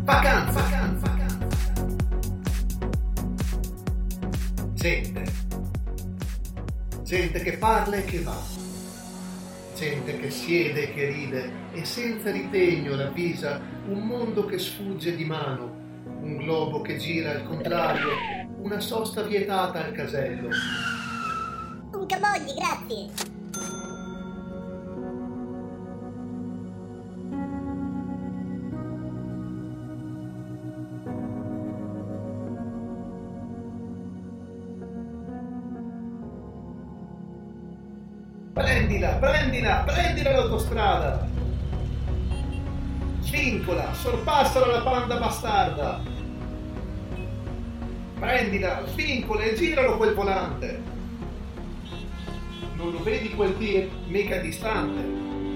Vacanza. Gente che parla e che va. Gente che siede e che ride e senza ritegno ravvisa un mondo che sfugge di mano, un globo che gira al contrario, una sosta vietata al casello. Un Camogli, grazie. Prendila l'autostrada! Svincola, sorpassala la panda bastarda! Prendila, svincola e giralo quel volante! Non lo vedi quel tir mica distante?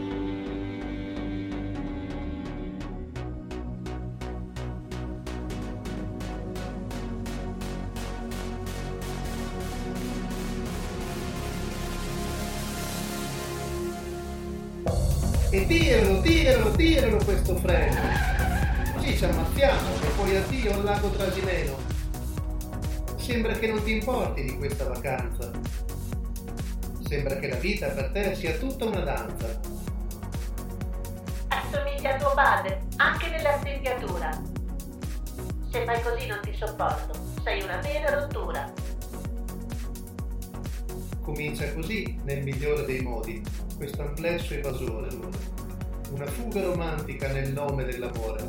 E tiralo questo freno, così ci ammazziamo e poi addio al lago Trasimeno. Sembra che non ti importi di questa vacanza, sembra che la vita per te sia tutta una danza. Assomiglia a tuo padre, anche nella stempiatura. Se fai così non ti sopporto, sei una vera rottura. Comincia così, nel migliore dei modi, questo amplesso evasore, una fuga romantica nel nome dell'amore.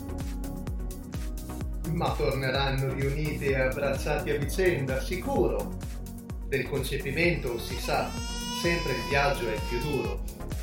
Ma torneranno riuniti e abbracciati a vicenda, sicuro. Del concepimento si sa, sempre il viaggio è il più duro.